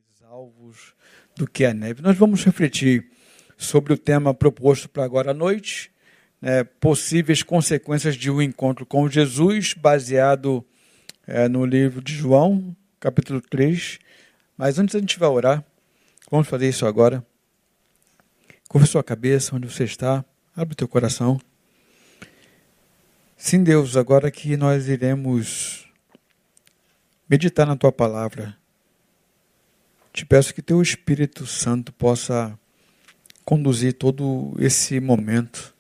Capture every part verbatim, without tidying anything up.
alvos do que a neve. Nós vamos refletir sobre o tema proposto para agora à noite, né, possíveis consequências de um encontro com Jesus, baseado é, no livro de João, capítulo três. Mas antes a gente vai orar, vamos fazer isso agora. Curva sua cabeça, onde você está, abre o teu coração. Sim, Deus, agora que nós iremos meditar na tua palavra, te peço que teu Espírito Santo possa conduzir todo esse momento.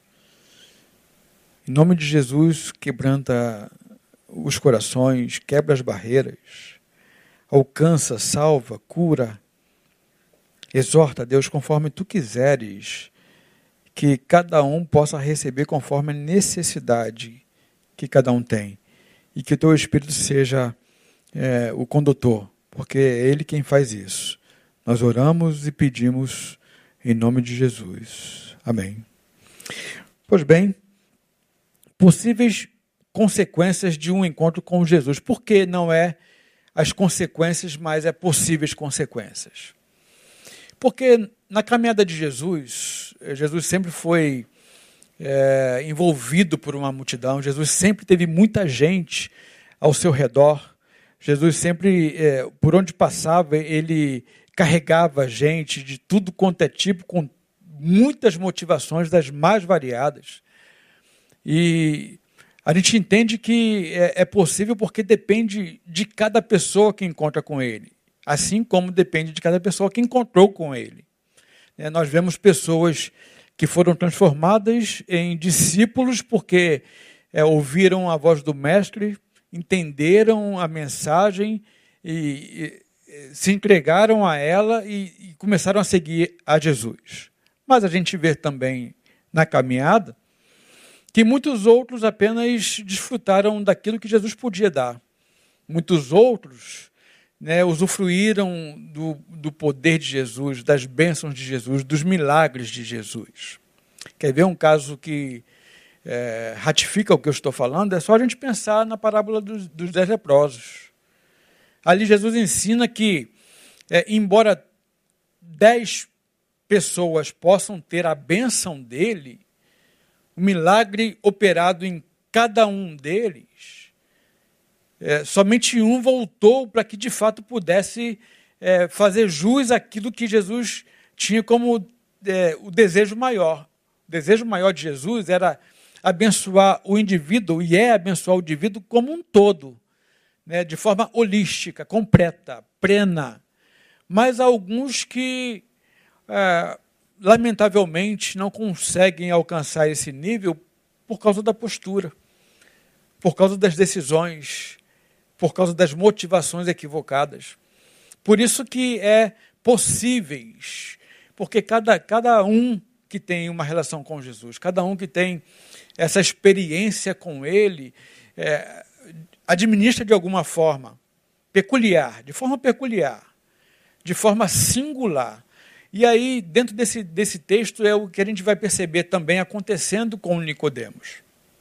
Em nome de Jesus, quebranta os corações, quebra as barreiras, alcança, salva, cura, exorta, Deus, conforme tu quiseres, que cada um possa receber conforme a necessidade que cada um tem, e que o teu Espírito seja é, o condutor, porque é Ele quem faz isso. Nós oramos e pedimos em nome de Jesus. Amém. Pois bem, possíveis consequências de um encontro com Jesus. Por que não é as consequências, mas é possíveis consequências? Porque na caminhada de Jesus, Jesus sempre foi é, envolvido por uma multidão, Jesus sempre teve muita gente ao seu redor, Jesus sempre, é, por onde passava, ele carregava gente de tudo quanto é tipo, com muitas motivações das mais variadas. E a gente entende que é, é possível porque depende de cada pessoa que encontra com ele, assim como depende de cada pessoa que encontrou com ele. É, nós vemos pessoas que foram transformadas em discípulos porque é, ouviram a voz do Mestre, entenderam a mensagem e, e se entregaram a ela e, e começaram a seguir a Jesus. Mas a gente vê também na caminhada que muitos outros apenas desfrutaram daquilo que Jesus podia dar. Muitos outros, né, usufruíram do, do poder de Jesus, das bênçãos de Jesus, dos milagres de Jesus. Quer ver um caso que é, ratifica o que eu estou falando? É só a gente pensar na parábola dos, dos dez leprosos. Ali Jesus ensina que, é, embora dez pessoas possam ter a bênção dele, o milagre operado em cada um deles, é, somente um voltou para que de fato pudesse é, fazer jus àquilo que Jesus tinha como é, o desejo maior. O desejo maior de Jesus era abençoar o indivíduo, e é abençoar o indivíduo como um todo, né, de forma holística, completa, plena. Mas há alguns que, é, lamentavelmente, não conseguem alcançar esse nível por causa da postura, por causa das decisões, por causa das motivações equivocadas. Por isso que é possíveis, porque cada, cada um que tem uma relação com Jesus, cada um que tem essa experiência com Ele, é, administra de alguma forma peculiar, de forma peculiar, de forma singular. E aí, dentro desse, desse texto, é o que a gente vai perceber também acontecendo com Nicodemos.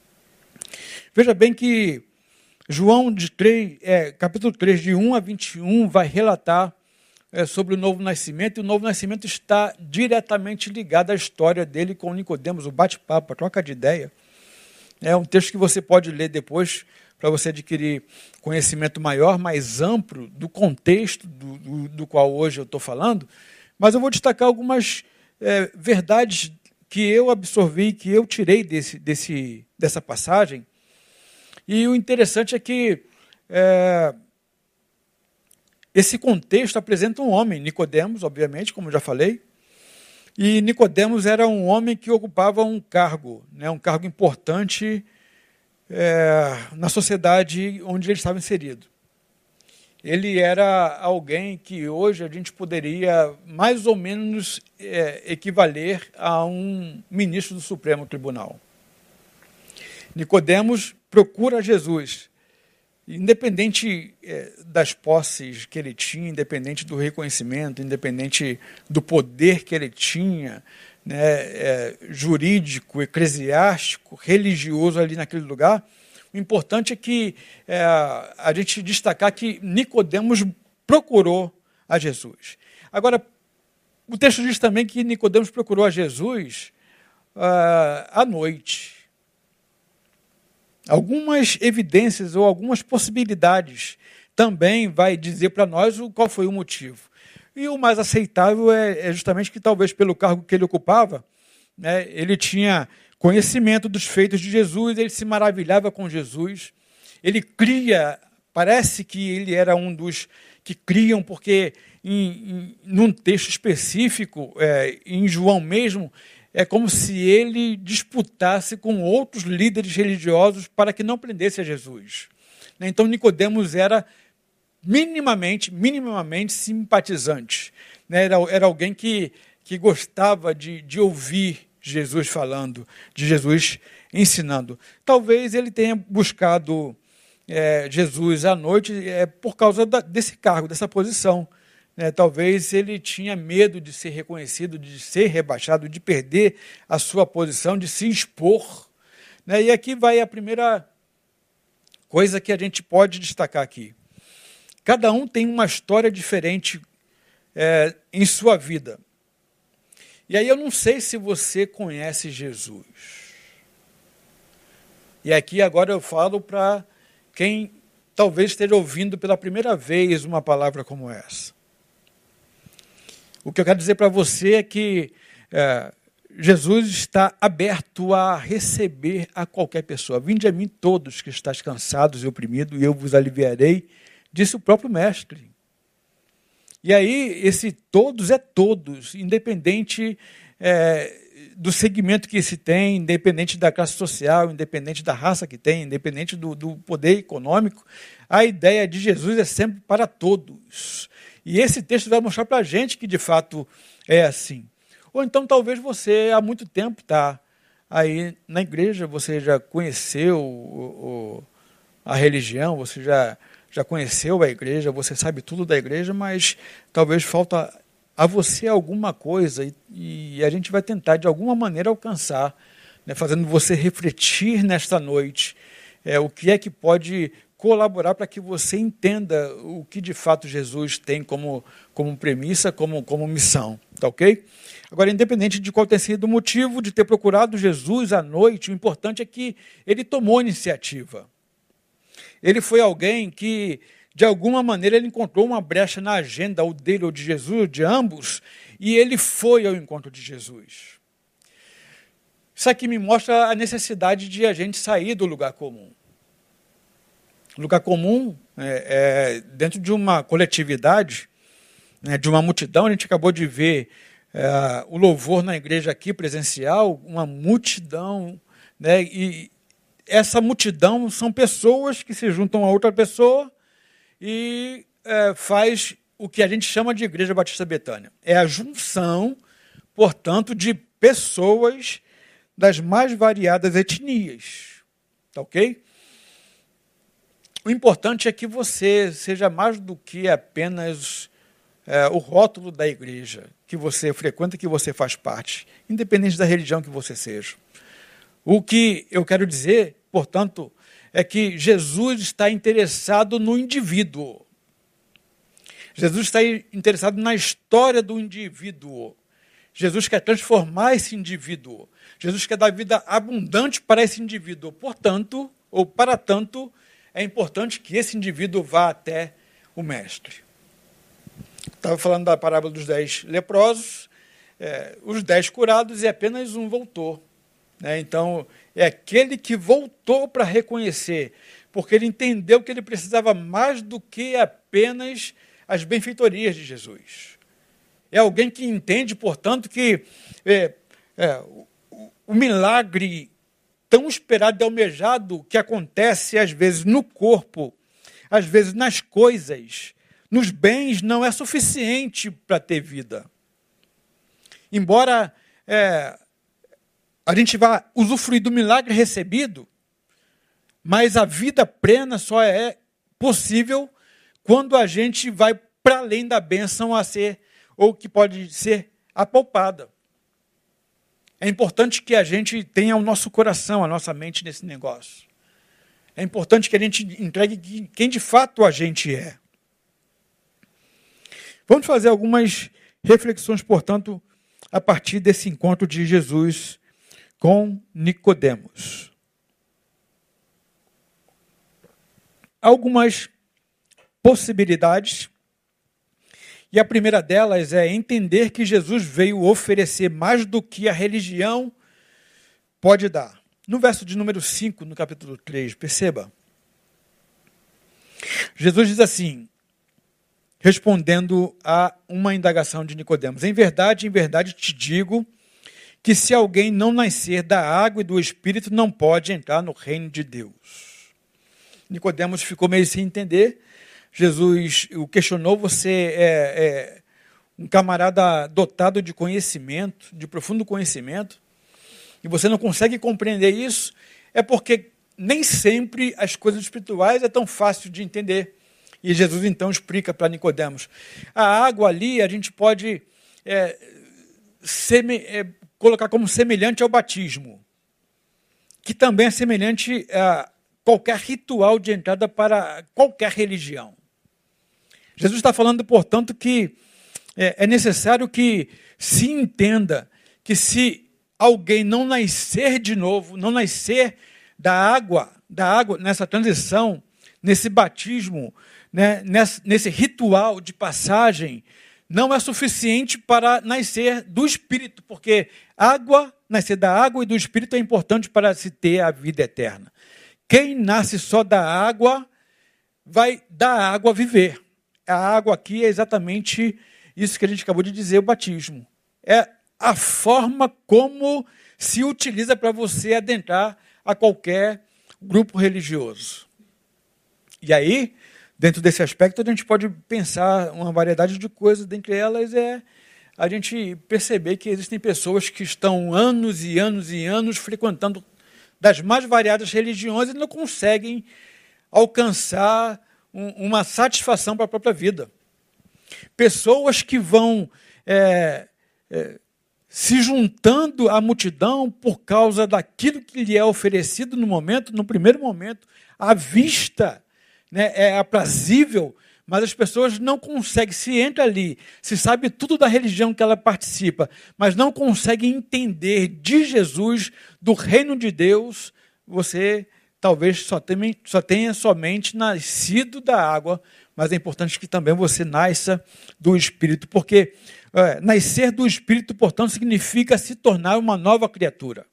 Veja bem que João, de três, é, capítulo três, de um a vinte e um, vai relatar é, sobre o novo nascimento, e o novo nascimento está diretamente ligado à história dele com Nicodemos, o bate-papo, a troca de ideia. É um texto que você pode ler depois, para você adquirir conhecimento maior, mais amplo, do contexto do, do, do qual hoje eu estou falando, mas eu vou destacar algumas é, verdades que eu absorvi, que eu tirei desse, desse, dessa passagem. E o interessante é que é, esse contexto apresenta um homem, Nicodemos, obviamente, como já falei, e Nicodemos era um homem que ocupava um cargo, né, um cargo importante é, na sociedade onde ele estava inserido. Ele era alguém que hoje a gente poderia mais ou menos é, equivaler a um ministro do Supremo Tribunal. Nicodemos procura Jesus, independente é, das posses que ele tinha, independente do reconhecimento, independente do poder que ele tinha, né, é, jurídico, eclesiástico, religioso ali naquele lugar. O importante é que é, a gente destacar que Nicodemos procurou a a Jesus. Agora, o texto diz também que Nicodemos procurou a Jesus uh, à noite. Algumas evidências ou algumas possibilidades também vai dizer para nós o, qual foi o motivo. E o mais aceitável é, é justamente que talvez pelo cargo que ele ocupava, né, ele tinha conhecimento dos feitos de Jesus, ele se maravilhava com Jesus, ele cria, parece que ele era um dos que criam, porque em, em, num texto específico, é, em João mesmo, é como se ele disputasse com outros líderes religiosos para que não prendesse a Jesus. Então Nicodemos era minimamente, minimamente simpatizante. Era, era alguém que, que gostava de, de ouvir Jesus falando, de Jesus ensinando. Talvez ele tenha buscado é, Jesus à noite é, por causa da, desse cargo, dessa posição. É, talvez ele tinha medo de ser reconhecido, de ser rebaixado, de perder a sua posição, de se expor. Né? E aqui vai a primeira coisa que a gente pode destacar aqui. Cada um tem uma história diferente é, em sua vida. E aí eu não sei se você conhece Jesus. E aqui agora eu falo para quem talvez esteja ouvindo pela primeira vez uma palavra como essa. O que eu quero dizer para você é que é, Jesus está aberto a receber a qualquer pessoa. Vinde a mim todos que estáis cansados e oprimidos, e eu vos aliviarei, disse o próprio Mestre. E aí, esse todos é todos, independente é, do segmento que se tem, independente da classe social, independente da raça que tem, independente do, do poder econômico, a ideia de Jesus é sempre para todos. E esse texto vai mostrar para a gente que, de fato, é assim. Ou então, talvez você, há muito tempo, está aí na igreja, você já conheceu o, o, a religião, você já, já conheceu a igreja, você sabe tudo da igreja, mas talvez falta a você alguma coisa e, e a gente vai tentar, de alguma maneira, alcançar, né, fazendo você refletir nesta noite é, o que é que pode colaborar para que você entenda o que de fato Jesus tem como, como premissa, como, como missão, tá ok? Agora, independente de qual tenha sido o motivo de ter procurado Jesus à noite, o importante é que ele tomou iniciativa. Ele foi alguém que, de alguma maneira, ele encontrou uma brecha na agenda, ou dele ou de Jesus, ou de ambos, e ele foi ao encontro de Jesus. Isso aqui me mostra a necessidade de a gente sair do lugar comum. Lugar comum, é, é, dentro de uma coletividade, né, de uma multidão, a gente acabou de ver é, o louvor na igreja aqui, presencial, uma multidão, né, e essa multidão são pessoas que se juntam a outra pessoa e é, faz o que a gente chama de Igreja Batista Betânia. É a junção, portanto, de pessoas das mais variadas etnias, tá ok? O importante é que você seja mais do que apenas é, o rótulo da igreja que você frequenta, que você faz parte, independente da religião que você seja. O que eu quero dizer, portanto, é que Jesus está interessado no indivíduo. Jesus está interessado na história do indivíduo. Jesus quer transformar esse indivíduo. Jesus quer dar vida abundante para esse indivíduo. Portanto, ou para tanto, é importante que esse indivíduo vá até o mestre. Estava falando da parábola dos dez leprosos, é, os dez curados e apenas um voltou. Né? Então, é aquele que voltou para reconhecer, porque ele entendeu que ele precisava mais do que apenas as benfeitorias de Jesus. É alguém que entende, portanto, que é, é, o, o milagre tão esperado e almejado que acontece às vezes no corpo, às vezes nas coisas, nos bens, não é suficiente para ter vida. Embora é, a gente vá usufruir do milagre recebido, mas a vida plena só é possível quando a gente vai para além da bênção a ser, ou que pode ser apalpada. É importante que a gente tenha o nosso coração, a nossa mente nesse negócio. É importante que a gente entregue quem de fato a gente é. Vamos fazer algumas reflexões, portanto, a partir desse encontro de Jesus com Nicodemos. Algumas possibilidades, e a primeira delas é entender que Jesus veio oferecer mais do que a religião pode dar. No verso de número cinco, no capítulo três, perceba. Jesus diz assim, respondendo a uma indagação de Nicodemos: em verdade, em verdade te digo que se alguém não nascer da água e do Espírito, não pode entrar no reino de Deus. Nicodemos ficou meio sem entender. Jesus o questionou: você é, é um camarada dotado de conhecimento, de profundo conhecimento, e você não consegue compreender isso? É porque nem sempre as coisas espirituais é tão fácil de entender. E Jesus então explica para Nicodemos: a água ali a gente pode é, seme, é, colocar como semelhante ao batismo, que também é semelhante a qualquer ritual de entrada para qualquer religião. Jesus está falando, portanto, que é, é necessário que se entenda que se alguém não nascer de novo, não nascer da água, da água nessa transição, nesse batismo, né, nesse, nesse ritual de passagem, não é suficiente para nascer do Espírito, porque água, nascer da água e do Espírito é importante para se ter a vida eterna. Quem nasce só da água, vai da água viver. A água aqui é exatamente isso que a gente acabou de dizer, o batismo. É a forma como se utiliza para você adentrar a qualquer grupo religioso. E aí, dentro desse aspecto, a gente pode pensar uma variedade de coisas, dentre elas é a gente perceber que existem pessoas que estão anos e anos e anos frequentando das mais variadas religiões e não conseguem alcançar um, uma satisfação para a própria vida. Pessoas que vão é, é, se juntando à multidão por causa daquilo que lhe é oferecido no momento, no primeiro momento, à vista, né, é aprazível, mas as pessoas não conseguem, se entra ali, se sabe tudo da religião que ela participa, mas não conseguem entender de Jesus, do reino de Deus, você talvez só tenha, só tenha somente nascido da água, mas é importante que também você nasça do Espírito, porque é, nascer do Espírito, portanto, significa se tornar uma nova criatura.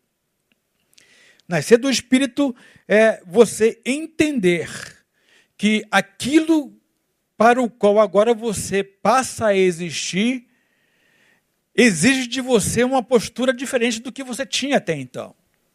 Nascer do Espírito é você entender que aquilo para o qual agora você passa a existir exige de você uma postura diferente do que você tinha até então.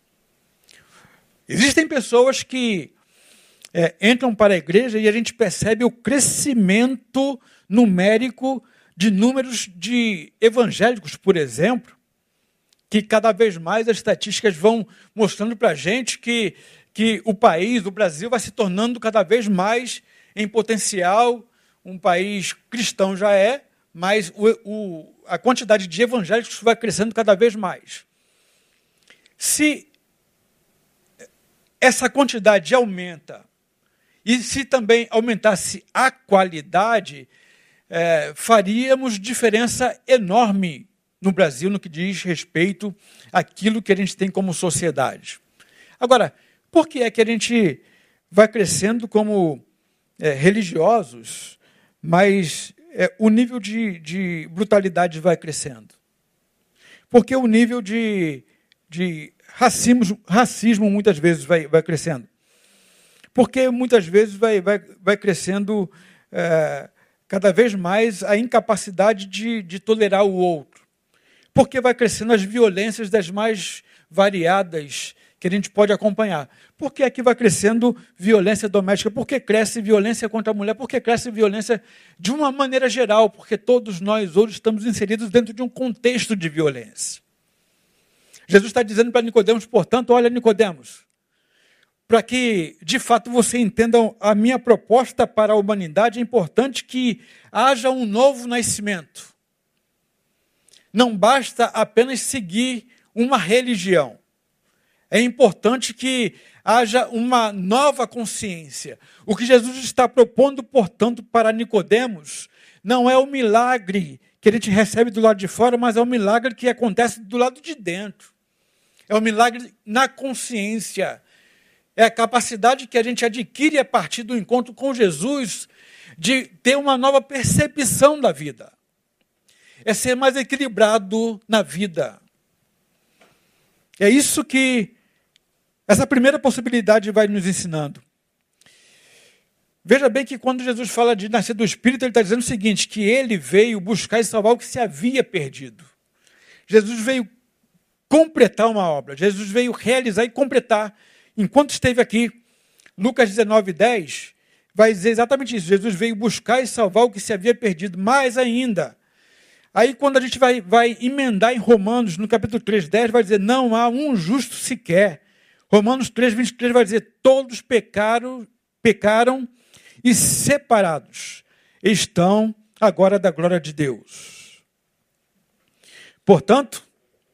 Existem pessoas que é, entram para a igreja e a gente percebe o crescimento numérico de números de evangélicos, por exemplo, que cada vez mais as estatísticas vão mostrando para a gente que, que o país, o Brasil, vai se tornando cada vez mais, em potencial, um país cristão já é, mas o, o, a quantidade de evangélicos vai crescendo cada vez mais. Se essa quantidade aumenta, e se também aumentasse a qualidade, é, faríamos diferença enorme no Brasil no que diz respeito àquilo que a gente tem como sociedade. Agora, por que é que a gente vai crescendo como é, religiosos, mas é, o nível de, de brutalidade vai crescendo? Porque o nível de, de racismo, racismo muitas vezes vai, vai crescendo. Porque muitas vezes vai, vai, vai crescendo é, cada vez mais a incapacidade de, de tolerar o outro. Porque vai crescendo as violências das mais variadas que a gente pode acompanhar. Por que aqui vai crescendo violência doméstica? Por que cresce violência contra a mulher? Por que cresce violência de uma maneira geral? Porque todos nós hoje estamos inseridos dentro de um contexto de violência. Jesus está dizendo para Nicodemos, portanto, olha, Nicodemos, para que, de fato, você entenda a minha proposta para a humanidade, é importante que haja um novo nascimento. Não basta apenas seguir uma religião. É importante que haja uma nova consciência. O que Jesus está propondo, portanto, para Nicodemos, não é o milagre que a gente recebe do lado de fora, mas é o milagre que acontece do lado de dentro. É o milagre na consciência. É a capacidade que a gente adquire a partir do encontro com Jesus de ter uma nova percepção da vida. É ser mais equilibrado na vida. É isso que essa primeira possibilidade vai nos ensinando. Veja bem que quando Jesus fala de nascer do Espírito, ele está dizendo o seguinte, que ele veio buscar e salvar o que se havia perdido. Jesus veio completar uma obra. Jesus veio realizar e completar. Enquanto esteve aqui, Lucas dezenove, dez, vai dizer exatamente isso. Jesus veio buscar e salvar o que se havia perdido. Mais ainda. Aí quando a gente vai, vai emendar em Romanos, no capítulo três, dez, vai dizer, não há um justo sequer. Romanos três, vinte e três vai dizer, todos pecaram, pecaram e separados estão agora da glória de Deus. Portanto,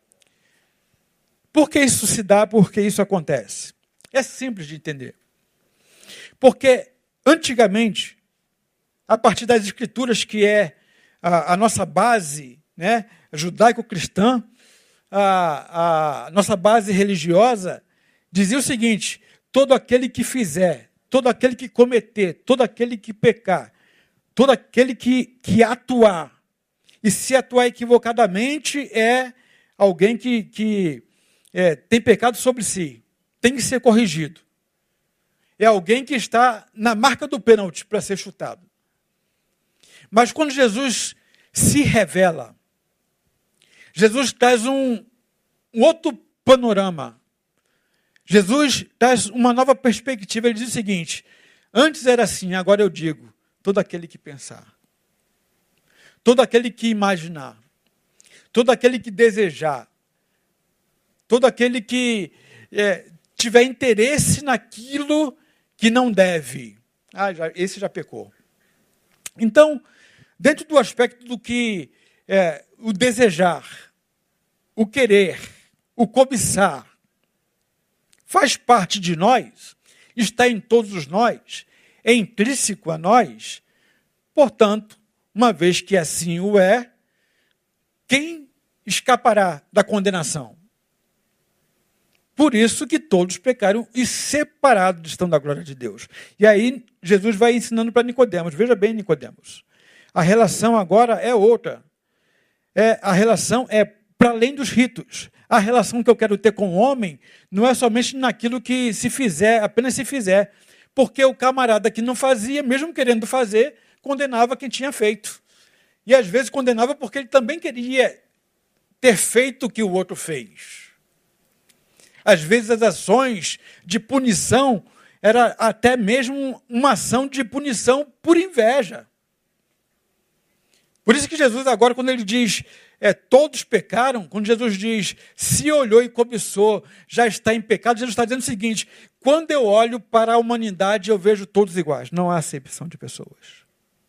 por que isso se dá, por que isso acontece? É simples de entender. Porque, antigamente, a partir das Escrituras, que é a, a nossa base, né, judaico-cristã, a, a nossa base religiosa, dizia o seguinte, todo aquele que fizer, todo aquele que cometer, todo aquele que pecar, todo aquele que, que atuar, e se atuar equivocadamente é alguém que, que é, tem pecado sobre si, tem que ser corrigido. É alguém que está na marca do pênalti para ser chutado. Mas quando Jesus se revela, Jesus traz um, um outro panorama. Jesus traz uma nova perspectiva. Ele diz o seguinte, antes era assim, agora eu digo, todo aquele que pensar, todo aquele que imaginar, todo aquele que desejar, todo aquele que é, tiver interesse naquilo que não deve, ah, já, esse já pecou. Então, dentro do aspecto do que é, o desejar, o querer, o cobiçar, faz parte de nós, está em todos os nós, é intrínseco a nós, portanto, uma vez que assim o é, quem escapará da condenação? Por isso que todos pecaram e separados estão da glória de Deus. E aí Jesus vai ensinando para Nicodemos. Veja bem, Nicodemos. A relação agora é outra. É, a relação é para além dos ritos. A relação que eu quero ter com o homem não é somente naquilo que se fizer, apenas se fizer. Porque o camarada que não fazia, mesmo querendo fazer, condenava quem tinha feito. E às vezes condenava porque ele também queria ter feito o que o outro fez. Às vezes as ações de punição era até mesmo uma ação de punição por inveja. Por isso que Jesus agora, quando ele diz, é, todos pecaram, quando Jesus diz, se olhou e cobiçou, já está em pecado, Jesus está dizendo o seguinte, quando eu olho para a humanidade, eu vejo todos iguais. Não há acepção de pessoas.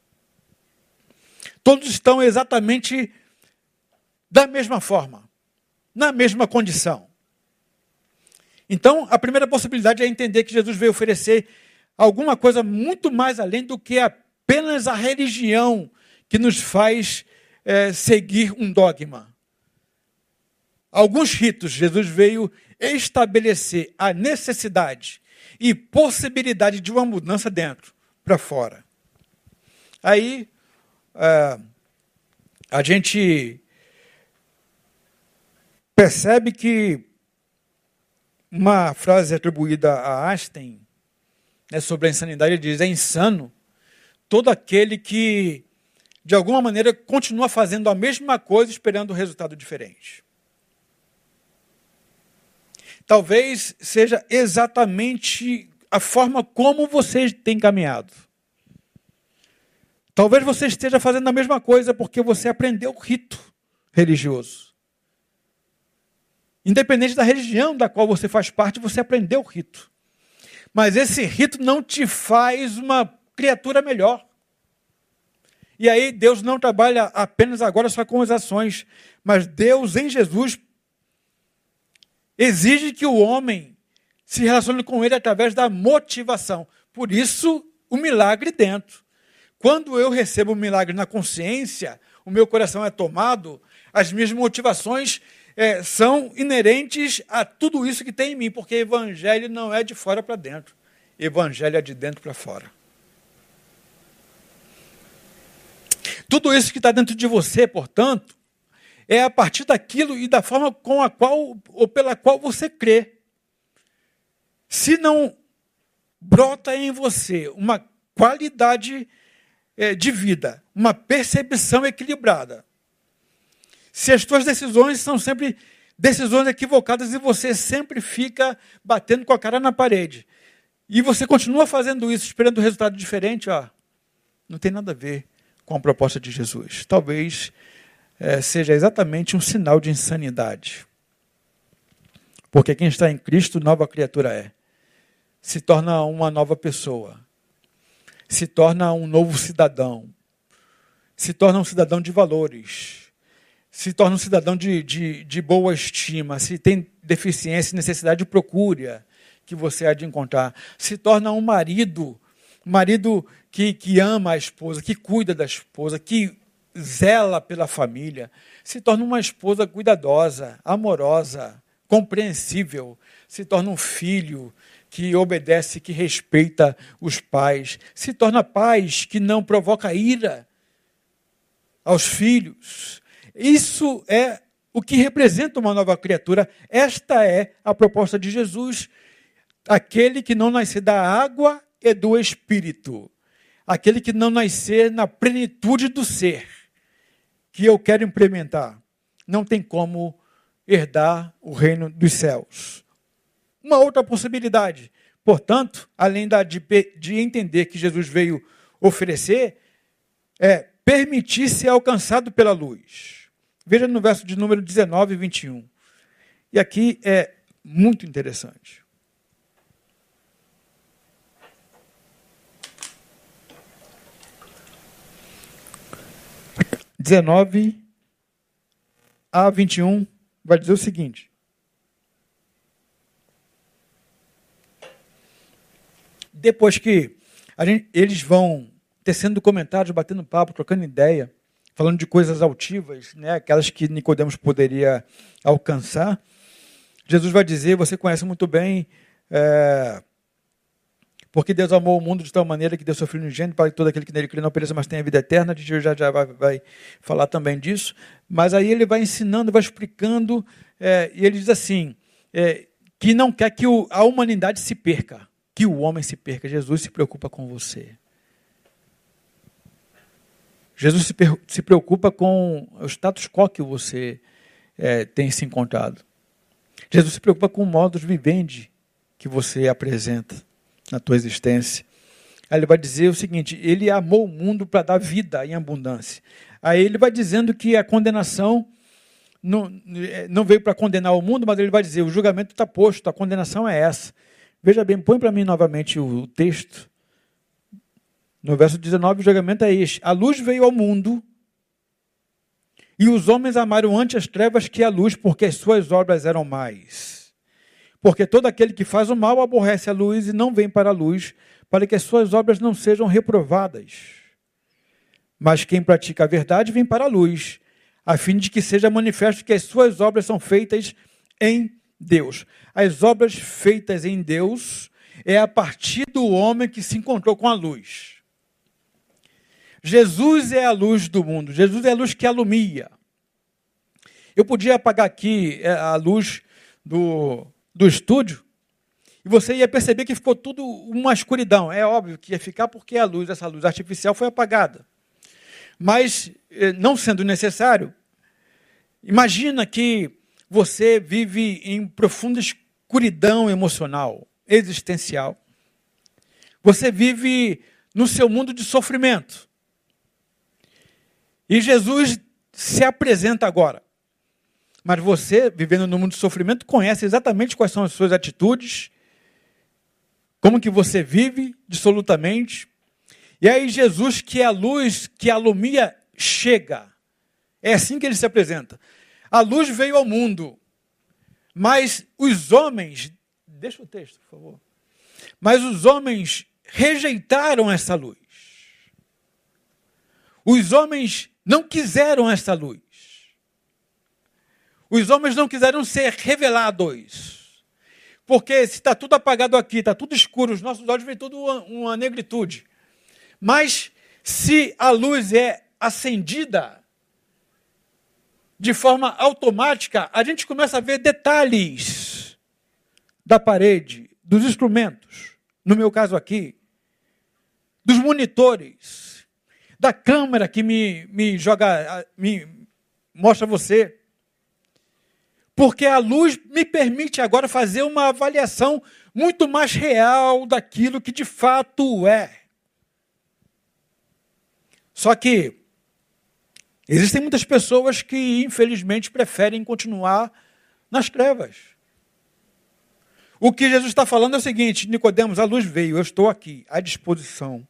Todos estão exatamente da mesma forma, na mesma condição. Então, a primeira possibilidade é entender que Jesus veio oferecer alguma coisa muito mais além do que apenas a religião que nos faz é, seguir um dogma. Alguns ritos, Jesus veio estabelecer a necessidade e possibilidade de uma mudança dentro para fora. Aí, é, a gente percebe que uma frase atribuída a Einstein, né, sobre a insanidade, ele diz, é insano todo aquele que, de alguma maneira, continua fazendo a mesma coisa esperando um resultado diferente. Talvez seja exatamente a forma como você tem caminhado. Talvez você esteja fazendo a mesma coisa porque você aprendeu o rito religioso. Independente da religião da qual você faz parte, você aprendeu o rito. Mas esse rito não te faz uma criatura melhor. E aí Deus não trabalha apenas agora só com as ações, mas Deus em Jesus exige que o homem se relacione com ele através da motivação. Por isso, o milagre dentro. quando eu recebo um milagre na consciência, o meu coração é tomado, as minhas motivações é, são inerentes a tudo isso que tem em mim, porque evangelho não é de fora para dentro, evangelho é de dentro para fora. Tudo isso que está dentro de você, portanto, é a partir daquilo e da forma com a qual ou pela qual você crê. Se não brota em você uma qualidade é, de vida, uma percepção equilibrada, se as suas decisões são sempre decisões equivocadas e você sempre fica batendo com a cara na parede, e você continua fazendo isso, esperando um resultado diferente, ó, não tem nada a ver com a proposta de Jesus. Talvez é, seja exatamente um sinal de insanidade. Porque quem está em Cristo, nova criatura é. Se torna uma nova pessoa. Se torna um novo cidadão. Se torna um cidadão de valores. Se torna um cidadão de, de, de boa estima. Se tem deficiência e necessidade, procure que você há de encontrar. Se torna um marido, um marido que, que ama a esposa, que cuida da esposa, que zela pela família. Se torna uma esposa cuidadosa, amorosa, compreensível. Se torna um filho que obedece, que respeita os pais. Se torna pais que não provoca ira aos filhos. Isso é o que representa uma nova criatura. Esta é a proposta de Jesus. Aquele que não nascer da água e do Espírito. Aquele que não nascer na plenitude do ser, que eu quero implementar, não tem como herdar o reino dos céus. Uma outra possibilidade, portanto, além da de, de entender que Jesus veio oferecer, é permitir ser alcançado pela luz. Veja no verso de número dezenove e vinte e um. E aqui é muito interessante. dezenove a vinte e um vai dizer o seguinte: depois que a gente, eles vão tecendo comentários, batendo papo, trocando ideia, falando de coisas altivas, né, aquelas que Nicodemos poderia alcançar, Jesus vai dizer, você conhece muito bem, é, porque Deus amou o mundo de tal maneira que deu seu Filho unigênito para que todo aquele que nele crê não pereça, mas tenha a vida eterna. A gente já, já vai, vai falar também disso. Mas aí ele vai ensinando, vai explicando, é, e ele diz assim, é, que não quer que o, a humanidade se perca, que o homem se perca. Jesus se preocupa com você. Jesus se, se preocupa com o status quo que você é, tem se encontrado. Jesus se preocupa com o modus vivendi que você apresenta na tua existência. Aí ele vai dizer o seguinte, ele amou o mundo para dar vida em abundância. Aí ele vai dizendo que a condenação não, não veio para condenar o mundo, mas ele vai dizer, o julgamento está posto, a condenação é essa. Veja bem, põe para mim novamente o, o texto. No verso dezenove, o julgamento é este. A luz veio ao mundo e os homens amaram antes as trevas que a luz, porque as suas obras eram mais. Porque todo aquele que faz o mal aborrece a luz e não vem para a luz, para que as suas obras não sejam reprovadas. Mas quem pratica a verdade vem para a luz, a fim de que seja manifesto que as suas obras são feitas em Deus. As obras feitas em Deus é a partir do homem que se encontrou com a luz. Jesus é a luz do mundo, Jesus é a luz que alumia. Eu podia apagar aqui a luz do... do estúdio, e você ia perceber que ficou tudo uma escuridão. É óbvio que ia ficar porque a luz, essa luz artificial foi apagada. Mas, não sendo necessário, imagina que você vive em profunda escuridão emocional, existencial. Você vive no seu mundo de sofrimento. E Jesus se apresenta agora. Mas você, vivendo no mundo de sofrimento, conhece exatamente quais são as suas atitudes, como que você vive dissolutamente. E aí Jesus, que é a luz, que alumia, chega. É assim que ele se apresenta. A luz veio ao mundo, mas os homens, deixa o texto, por favor. Mas os homens rejeitaram essa luz. Os homens não quiseram essa luz. Os homens não quiseram ser revelados. Porque se está tudo apagado aqui, está tudo escuro, os nossos olhos veem tudo uma, uma negritude. Mas se a luz é acendida de forma automática, a gente começa a ver detalhes da parede, dos instrumentos, no meu caso aqui, dos monitores, da câmera que me, me joga, me mostra você. Porque a luz me permite agora fazer uma avaliação muito mais real daquilo que de fato é. Só que existem muitas pessoas que, infelizmente, preferem continuar nas trevas. O que Jesus está falando é o seguinte: Nicodemos, a luz veio, eu estou aqui, à disposição.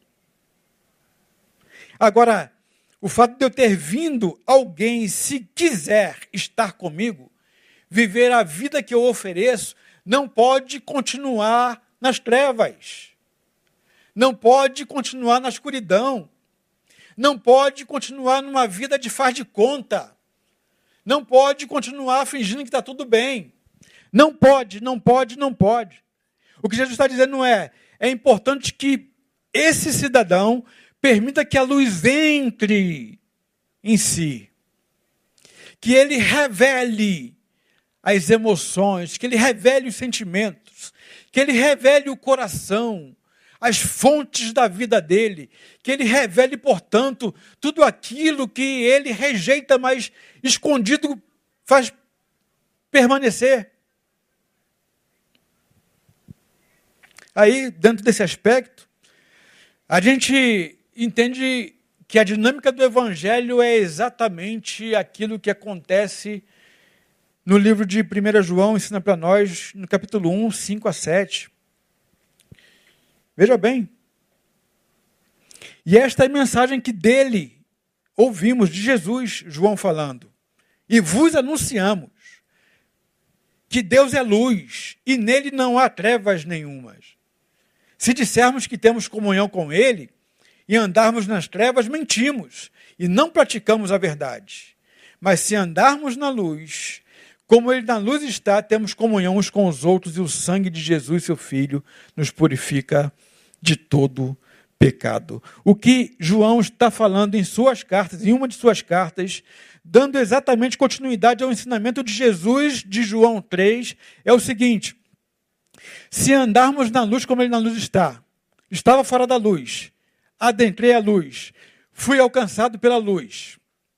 Agora, o fato de eu ter vindo, alguém, se quiser estar comigo, viver a vida que eu ofereço, não pode continuar nas trevas. Não pode continuar na escuridão. Não pode continuar numa vida de faz de conta. Não pode continuar fingindo que está tudo bem. Não pode, não pode, não pode. O que Jesus está dizendo é, é importante que esse cidadão permita que a luz entre em si. Que ele revele as emoções, que ele revele os sentimentos, que ele revele o coração, as fontes da vida dele, que ele revele, portanto, tudo aquilo que ele rejeita, mas escondido faz permanecer. Aí, dentro desse aspecto, a gente entende que a dinâmica do Evangelho é exatamente aquilo que acontece no livro de primeira João, ensina para nós, no capítulo um, cinco a sete. Veja bem. E esta é a mensagem que dele ouvimos, de Jesus, João falando. E vos anunciamos que Deus é luz, e nele não há trevas nenhumas. Se dissermos que temos comunhão com ele, e andarmos nas trevas, mentimos, e não praticamos a verdade. Mas se andarmos na luz, como ele na luz está, temos comunhão uns com os outros, e o sangue de Jesus, seu Filho, nos purifica de todo pecado. O que João está falando em suas cartas, em uma de suas cartas, dando exatamente continuidade ao ensinamento de Jesus, de João três, é o seguinte: se andarmos na luz como ele na luz está, estava fora da luz, adentrei a luz, fui alcançado pela luz,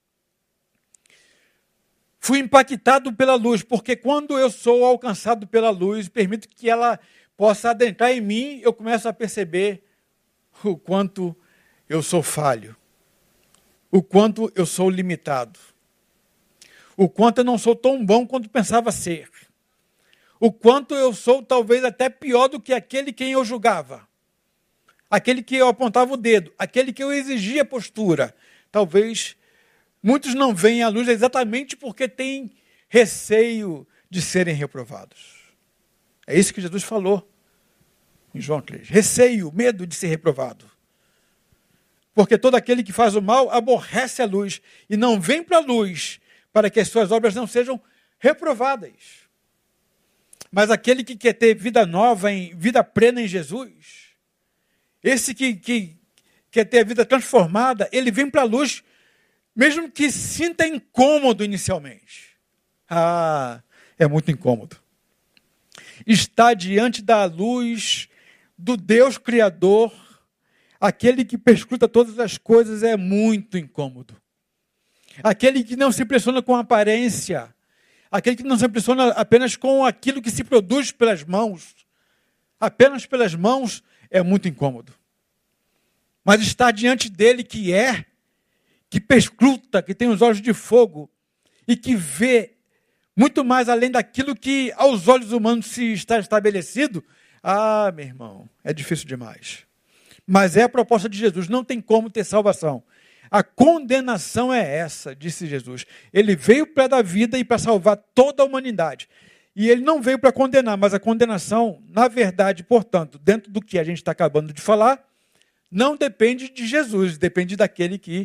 fui impactado pela luz, porque quando eu sou alcançado pela luz, permito que ela possa adentrar em mim, eu começo a perceber o quanto eu sou falho, o quanto eu sou limitado, o quanto eu não sou tão bom quanto pensava ser, o quanto eu sou talvez até pior do que aquele quem eu julgava, aquele que eu apontava o dedo, aquele que eu exigia postura. Talvez muitos não veem a luz exatamente porque têm receio de serem reprovados. É isso que Jesus falou em João três. Receio, medo de ser reprovado. Porque todo aquele que faz o mal aborrece a luz e não vem para a luz para que as suas obras não sejam reprovadas. Mas aquele que quer ter vida nova, em vida plena em Jesus, esse que, que quer ter a vida transformada, ele vem para a luz, mesmo que sinta incômodo inicialmente. Ah, é muito incômodo. Está diante da luz do Deus Criador, aquele que perscruta todas as coisas, é muito incômodo. Aquele que não se impressiona com a aparência, aquele que não se impressiona apenas com aquilo que se produz pelas mãos, apenas pelas mãos, é muito incômodo. Mas estar diante dele que é, que perscruta, que tem os olhos de fogo e que vê muito mais além daquilo que aos olhos humanos se está estabelecido, ah, meu irmão, é difícil demais. Mas é a proposta de Jesus, não tem como ter salvação. A condenação é essa, disse Jesus. Ele veio para dar vida e para salvar toda a humanidade. E ele não veio para condenar, mas a condenação, na verdade, portanto, dentro do que a gente está acabando de falar, não depende de Jesus, depende daquele que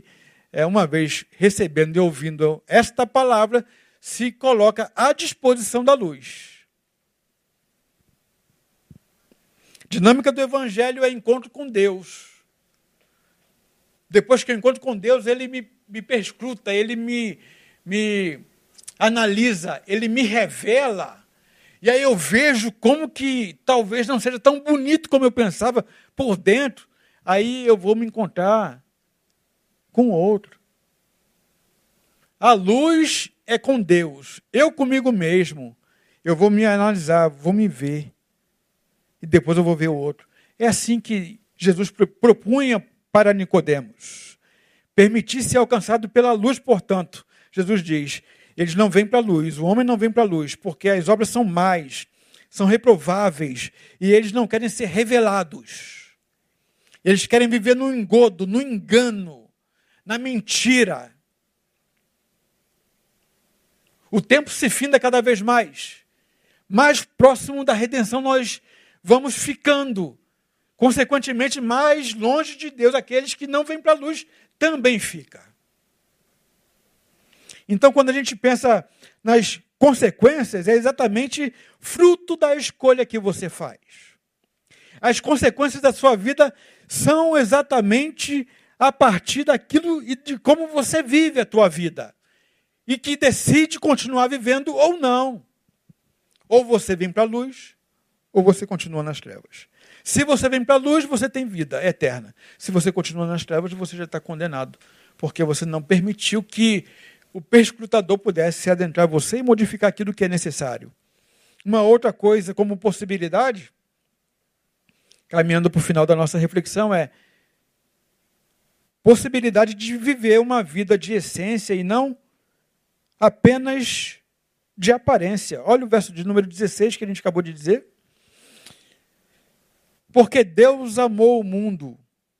é, uma vez recebendo e ouvindo esta palavra, se coloca à disposição da luz. Dinâmica do Evangelho é encontro com Deus. Depois que eu encontro com Deus, Ele me, me perscruta, Ele me, me analisa, Ele me revela. E aí eu vejo como que talvez não seja tão bonito como eu pensava por dentro. Aí eu vou me encontrar com o outro. A luz é com Deus. Eu comigo mesmo. Eu vou me analisar, vou me ver. E depois eu vou ver o outro. É assim que Jesus propunha para Nicodemos. Permitir-se alcançado pela luz, portanto. Jesus diz, eles não vêm para a luz, o homem não vem para a luz, porque as obras são más, são reprováveis, e eles não querem ser revelados. Eles querem viver no engodo, no engano, na mentira. O tempo se finda cada vez mais. Mais próximo da redenção nós vamos ficando. Consequentemente, mais longe de Deus, aqueles que não vêm para a luz também ficam. Então, quando a gente pensa nas consequências, é exatamente fruto da escolha que você faz. As consequências da sua vida são exatamente a partir daquilo e de como você vive a tua vida. E que decide continuar vivendo ou não. Ou você vem para a luz, ou você continua nas trevas. Se você vem para a luz, você tem vida eterna. Se você continua nas trevas, você já está condenado. Porque você não permitiu que o perscrutador pudesse se adentrar em você e modificar aquilo que é necessário. Uma outra coisa como possibilidade, caminhando para o final da nossa reflexão, é possibilidade de viver uma vida de essência e não apenas de aparência. Olha o verso de número dezesseis que a gente acabou de dizer. Porque Deus amou o mundo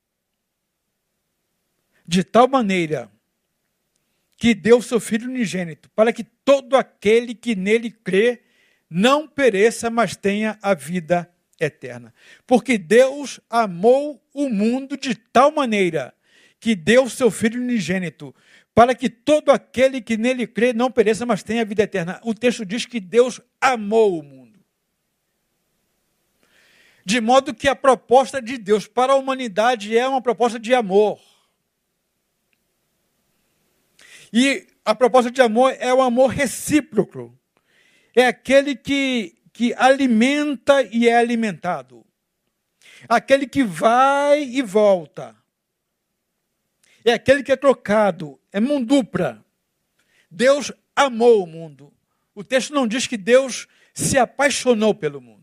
de tal maneira que deu seu Filho unigênito, para que todo aquele que nele crê não pereça, mas tenha a vida eterna. Porque Deus amou o mundo de tal maneira que deu seu Filho unigênito, para que todo aquele que nele crê não pereça, mas tenha a vida eterna. O texto diz que Deus amou o mundo. De modo que a proposta de Deus para a humanidade é uma proposta de amor. E a proposta de amor é o amor recíproco. É aquele que, que alimenta e é alimentado. Aquele que vai e volta. É aquele que é trocado. É mão dupla. Deus amou o mundo. O texto não diz que Deus se apaixonou pelo mundo.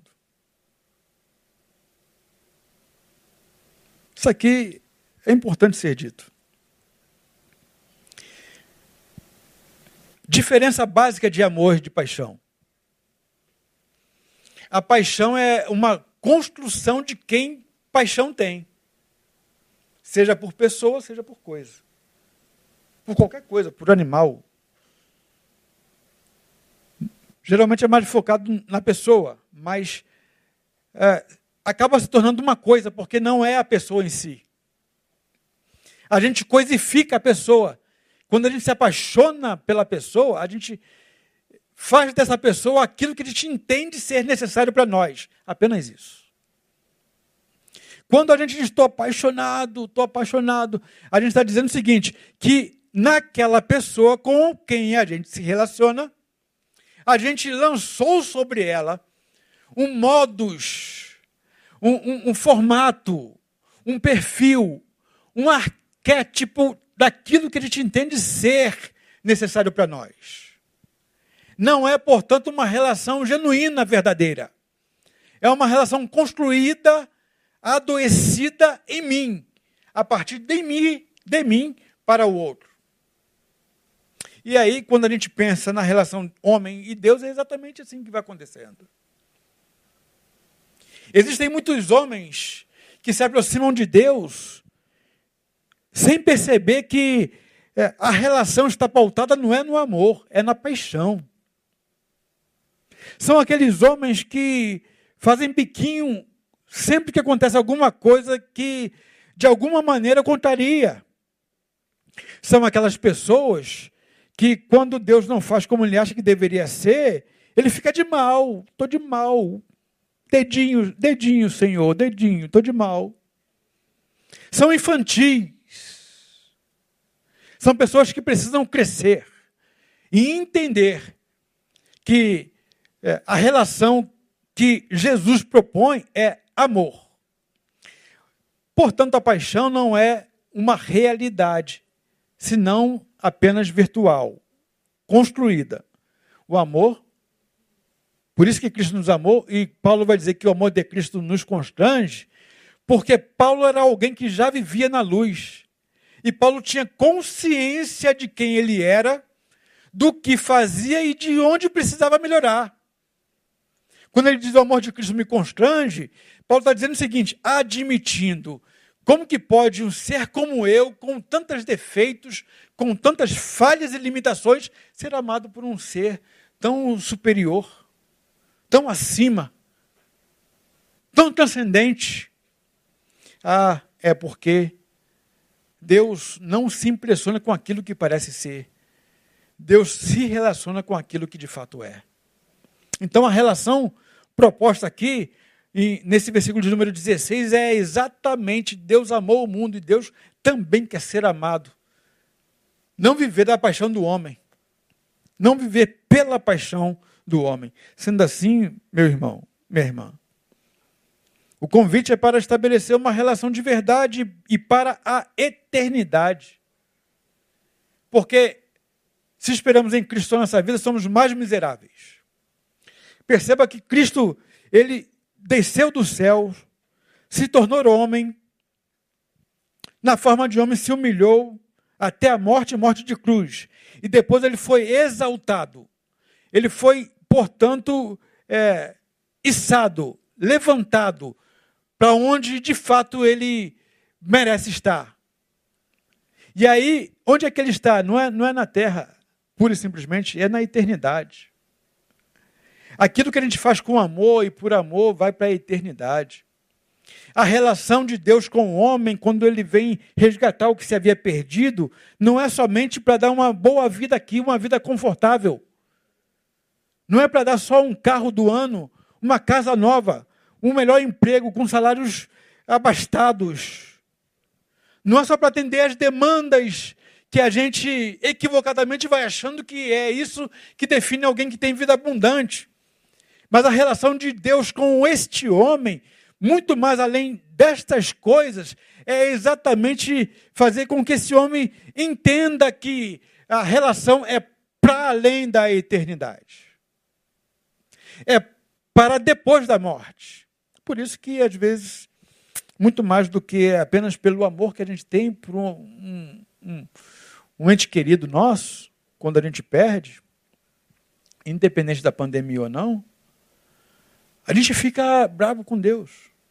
Isso aqui é importante ser dito. Diferença básica de amor e de paixão. A paixão é uma construção de quem paixão tem. Seja por pessoa, seja por coisa. Por qualquer coisa, por animal. Geralmente é mais focado na pessoa, mas é, acaba se tornando uma coisa, porque não é a pessoa em si. A gente coisifica a pessoa. Quando a gente se apaixona pela pessoa, a gente faz dessa pessoa aquilo que a gente entende ser necessário para nós. Apenas isso. Quando a gente diz, estou apaixonado, estou apaixonado, a gente está dizendo o seguinte, que naquela pessoa com quem a gente se relaciona, a gente lançou sobre ela um modus, um, um, um formato, um perfil, um arquétipo daquilo que a gente entende ser necessário para nós. Não é, portanto, uma relação genuína, verdadeira. É uma relação construída, adoecida em mim, a partir de mim, de mim para o outro. E aí, quando a gente pensa na relação homem e Deus, é exatamente assim que vai acontecendo. Existem muitos homens que se aproximam de Deus sem perceber que é, a relação está pautada não é no amor, é na paixão. São aqueles homens que fazem biquinho sempre que acontece alguma coisa que, de alguma maneira, contraria. São aquelas pessoas que quando Deus não faz como ele acha que deveria ser, ele fica de mal, estou de mal. Dedinho, dedinho, Senhor, dedinho, estou de mal. São infantis. São pessoas que precisam crescer e entender que é, a relação que Jesus propõe é amor. Portanto, a paixão não é uma realidade, senão apenas virtual, construída. O amor, por isso que Cristo nos amou, e Paulo vai dizer que o amor de Cristo nos constrange, porque Paulo era alguém que já vivia na luz. E Paulo tinha consciência de quem ele era, do que fazia e de onde precisava melhorar. Quando ele diz o amor de Cristo me constrange, Paulo está dizendo o seguinte, admitindo, como que pode um ser como eu, com tantos defeitos, com tantas falhas e limitações, ser amado por um ser tão superior, tão acima, tão transcendente? Ah, é porque Deus não se impressiona com aquilo que parece ser. Deus se relaciona com aquilo que de fato é. Então a relação proposta aqui, e nesse versículo de número dezesseis, é exatamente Deus amou o mundo e Deus também quer ser amado. Não viver da paixão do homem. Não viver pela paixão do homem. Sendo assim, meu irmão, minha irmã, o convite é para estabelecer uma relação de verdade e para a eternidade. Porque se esperamos em Cristo nessa vida, somos mais miseráveis. Perceba que Cristo, ele desceu do céu, se tornou homem, na forma de homem se humilhou até a morte e morte de cruz. E depois ele foi exaltado. Ele foi, portanto, é, içado, levantado, para onde de fato ele merece estar. E aí, onde é que ele está? Não é, não é na terra, pura e simplesmente, é na eternidade. Aquilo que a gente faz com amor e por amor vai para a eternidade. A relação de Deus com o homem, quando ele vem resgatar o que se havia perdido, não é somente para dar uma boa vida aqui, uma vida confortável. Não é para dar só um carro do ano, uma casa nova, um melhor emprego com salários abastados. Não é só para atender as demandas que a gente equivocadamente vai achando que é isso que define alguém que tem vida abundante. Mas a relação de Deus com este homem, muito mais além destas coisas, é exatamente fazer com que esse homem entenda que a relação é para além da eternidade. É para depois da morte. Por isso que, às vezes, muito mais do que apenas pelo amor que a gente tem por um, um, um, um ente querido nosso, quando a gente perde, independente da pandemia ou não, a gente fica bravo com Deus.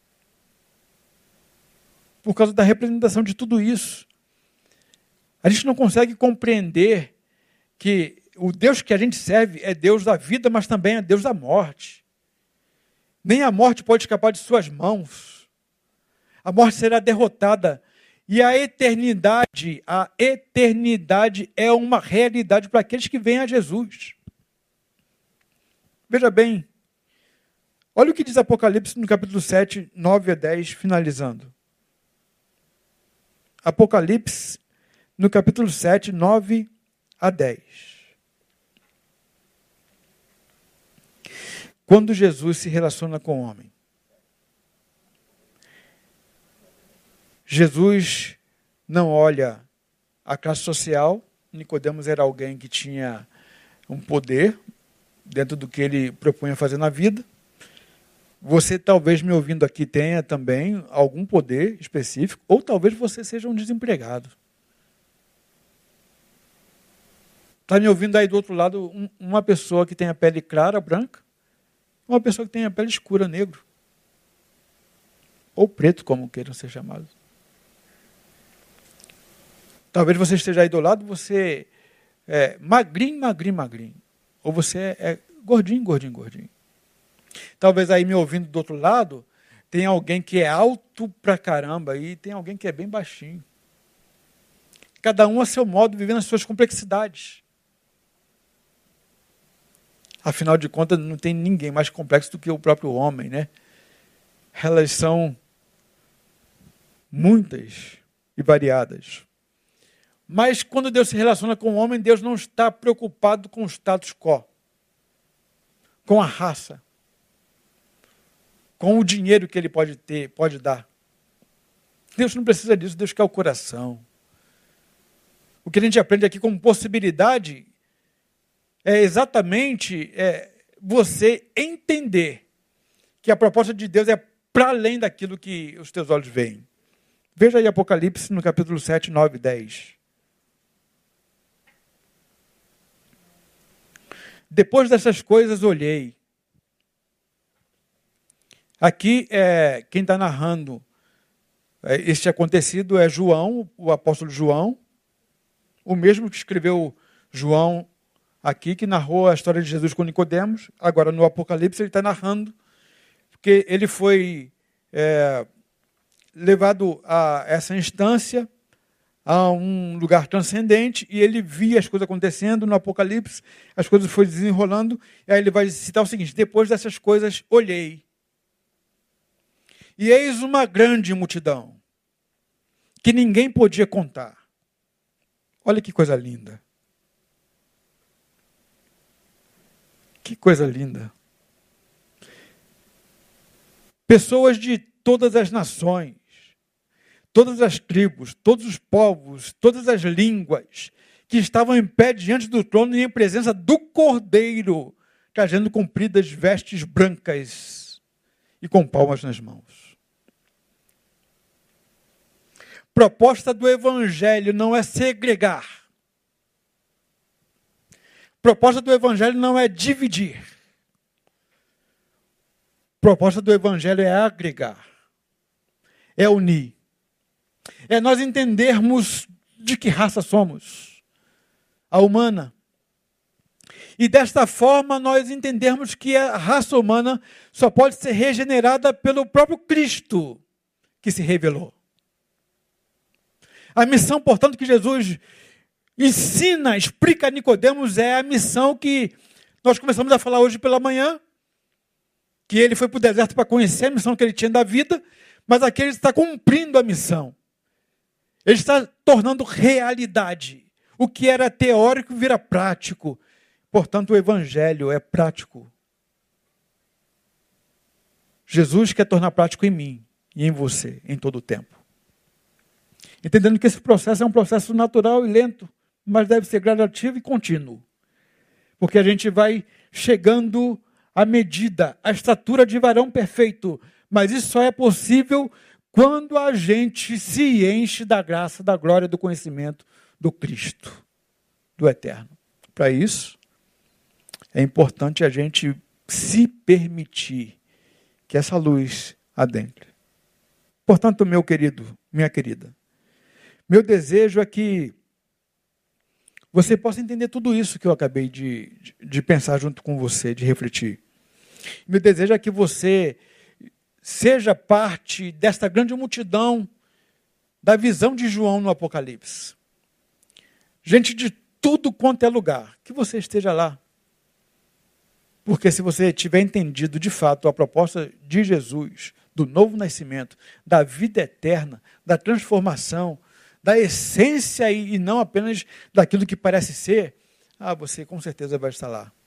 Por causa da representação de tudo isso. A gente não consegue compreender que o Deus que a gente serve é Deus da vida, mas também é Deus da morte. Nem a morte pode escapar de suas mãos. A morte será derrotada. E a eternidade, a eternidade é uma realidade para aqueles que vêm a Jesus. Veja bem, olha o que diz Apocalipse no capítulo sete, nove a dez, finalizando. Apocalipse no capítulo sete, nove a dez. Quando Jesus se relaciona com o homem. Jesus não olha a classe social. Nicodemos era alguém que tinha um poder dentro do que ele propunha fazer na vida. Você talvez me ouvindo aqui tenha também algum poder específico, ou talvez você seja um desempregado. Está me ouvindo aí do outro lado um, uma pessoa que tem a pele clara, branca, uma pessoa que tem a pele escura, negro. Ou preto, como queiram ser chamados. Talvez você esteja aí do lado, você é magrinho, magrinho, magrinho. Ou você é gordinho, gordinho, gordinho. Talvez aí me ouvindo do outro lado, tem alguém que é alto pra caramba e tem alguém que é bem baixinho. cada um a seu modo, vivendo as suas complexidades. Afinal de contas, não tem ninguém mais complexo do que o próprio homem, né? Elas são muitas e variadas. Mas quando Deus se relaciona com o homem, Deus não está preocupado com o status quo, com a raça, com o dinheiro que ele pode ter, pode dar. Deus não precisa disso, Deus quer o coração. O que a gente aprende aqui como possibilidade é exatamente é, você entender que a proposta de Deus é para além daquilo que os teus olhos veem. Veja aí Apocalipse no capítulo sete, nove e dez. Depois dessas coisas olhei. Aqui, é, quem está narrando é, este acontecido é João, o apóstolo João, o mesmo que escreveu João aqui, que narrou a história de Jesus com Nicodemos. Agora, no Apocalipse, ele está narrando, porque ele foi é, levado a essa instância, a um lugar transcendente, e ele via as coisas acontecendo no Apocalipse, as coisas foram desenrolando, e aí ele vai citar o seguinte: depois dessas coisas, olhei, e eis uma grande multidão, que ninguém podia contar. Olha que coisa linda. Que coisa linda. Pessoas de todas as nações, todas as tribos, todos os povos, todas as línguas, que estavam em pé diante do trono e em presença do Cordeiro, trajando compridas vestes brancas e com palmas nas mãos. Proposta do Evangelho não é segregar. Proposta do Evangelho não é dividir. Proposta do Evangelho é agregar, é unir. É nós entendermos de que raça somos, a humana. E desta forma nós entendermos que a raça humana só pode ser regenerada pelo próprio Cristo que se revelou. A missão, portanto, que Jesus ensina, explica a Nicodemos é a missão que nós começamos a falar hoje pela manhã, que ele foi para o deserto para conhecer a missão que ele tinha da vida, mas aqui ele está cumprindo a missão. Ele está tornando realidade. O que era teórico vira prático. Portanto, o Evangelho é prático. Jesus quer tornar prático em mim e em você, em todo o tempo. Entendendo que esse processo é um processo natural e lento, mas deve ser gradativo e contínuo. Porque a gente vai chegando à medida, à estatura de varão perfeito. Mas isso só é possível quando a gente se enche da graça, da glória, do conhecimento do Cristo, do Eterno. Para isso, é importante a gente se permitir que essa luz adentre. Portanto, meu querido, minha querida, meu desejo é que você possa entender tudo isso que eu acabei de, de, de pensar junto com você, de refletir. Meu desejo é que você seja parte desta grande multidão da visão de João no Apocalipse. Gente de tudo quanto é lugar, que você esteja lá. Porque se você tiver entendido de fato a proposta de Jesus, do novo nascimento, da vida eterna, da transformação, da essência e não apenas daquilo que parece ser, ah, você com certeza vai estar lá.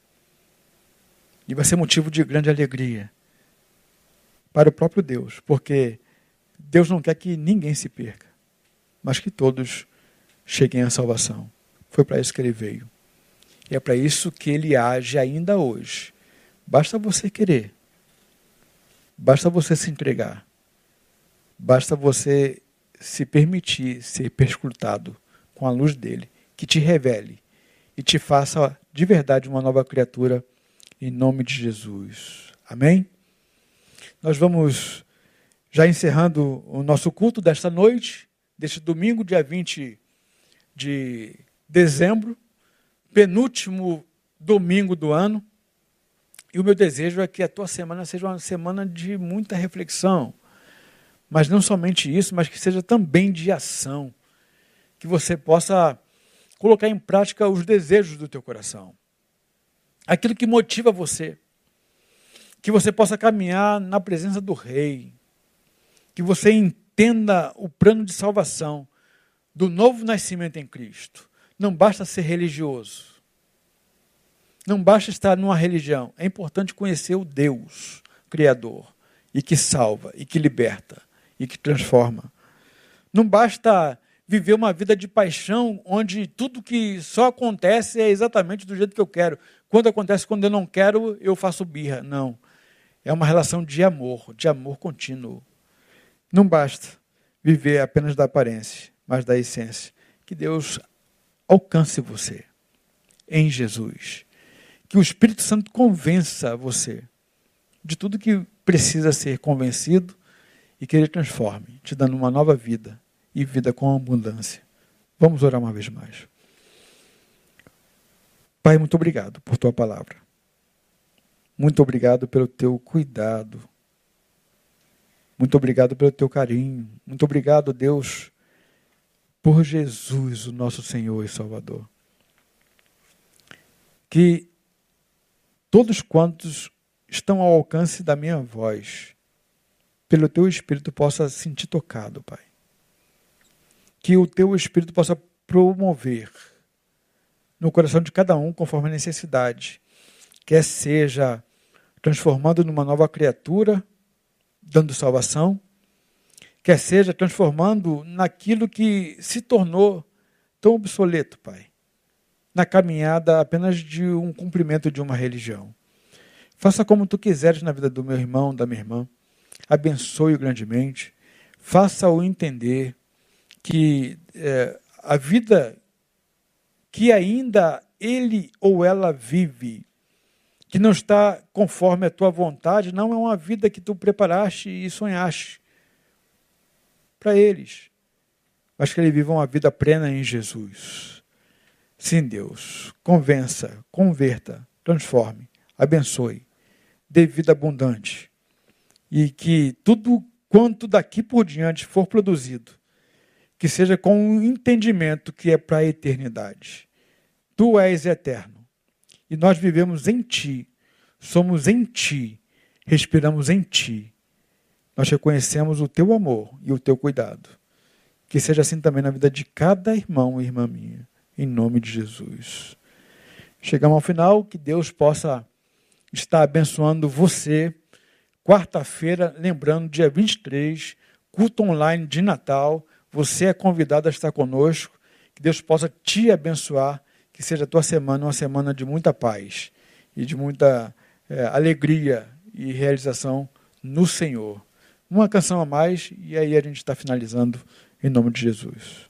E vai ser motivo de grande alegria para o próprio Deus, porque Deus não quer que ninguém se perca, mas que todos cheguem à salvação. Foi para isso que ele veio. E é para isso que ele age ainda hoje. Basta você querer. Basta você se entregar. Basta você se permitir ser perscrutado com a luz dele, que te revele e te faça de verdade uma nova criatura em nome de Jesus. Amém? Nós vamos já encerrando o nosso culto desta noite, deste domingo, dia vinte de dezembro, penúltimo domingo do ano. E o meu desejo é que a tua semana seja uma semana de muita reflexão. Mas não somente isso, mas que seja também de ação. que você possa colocar em prática os desejos do teu coração. Aquilo que motiva você. Que você possa caminhar na presença do Rei. Que você entenda o plano de salvação do novo nascimento em Cristo. Não basta ser religioso. Não basta estar numa religião. É importante conhecer o Deus Criador. E que salva, e que liberta, e que transforma. Não basta viver uma vida de paixão, onde tudo que só acontece é exatamente do jeito que eu quero. Quando acontece, quando eu não quero, eu faço birra. Não. É uma relação de amor, de amor contínuo. Não basta viver apenas da aparência, mas da essência. Que Deus alcance você em Jesus. Que o Espírito Santo convença você de tudo que precisa ser convencido e que Ele transforme, te dando uma nova vida e vida com abundância. Vamos orar uma vez mais. Pai, muito obrigado por Tua palavra. Muito obrigado pelo Teu cuidado. Muito obrigado pelo Teu carinho. Muito obrigado, Deus, por Jesus, o nosso Senhor e Salvador. Que todos quantos estão ao alcance da minha voz, pelo Teu Espírito possa sentir tocado, Pai. Que o Teu Espírito possa promover no coração de cada um, conforme a necessidade, quer seja transformando numa nova criatura, dando salvação, quer seja transformando naquilo que se tornou tão obsoleto, Pai, na caminhada apenas de um cumprimento de uma religião. Faça como Tu quiseres na vida do meu irmão, da minha irmã. Abençoe-o grandemente. Faça-o entender que é, a vida que ainda ele ou ela vive, que não está conforme a Tua vontade, não é uma vida que Tu preparaste e sonhaste para eles. Mas que ele viva uma vida plena em Jesus. Sim, Deus, convença, converta, transforme, abençoe. Dê vida abundante, e que tudo quanto daqui por diante for produzido, que seja com o entendimento que é para a eternidade. Tu és eterno, e nós vivemos em Ti, somos em Ti, respiramos em Ti. Nós reconhecemos o Teu amor e o Teu cuidado. Que seja assim também na vida de cada irmão e irmã minha, em nome de Jesus. Chegamos ao final, que Deus possa está abençoando você. Quarta-feira, lembrando, dia vinte e três, culto online de Natal. Você é convidado a estar conosco. Que Deus possa te abençoar. Que seja a tua semana uma semana de muita paz e de muita é, alegria e realização no Senhor. Uma canção a mais e aí a gente está finalizando em nome de Jesus.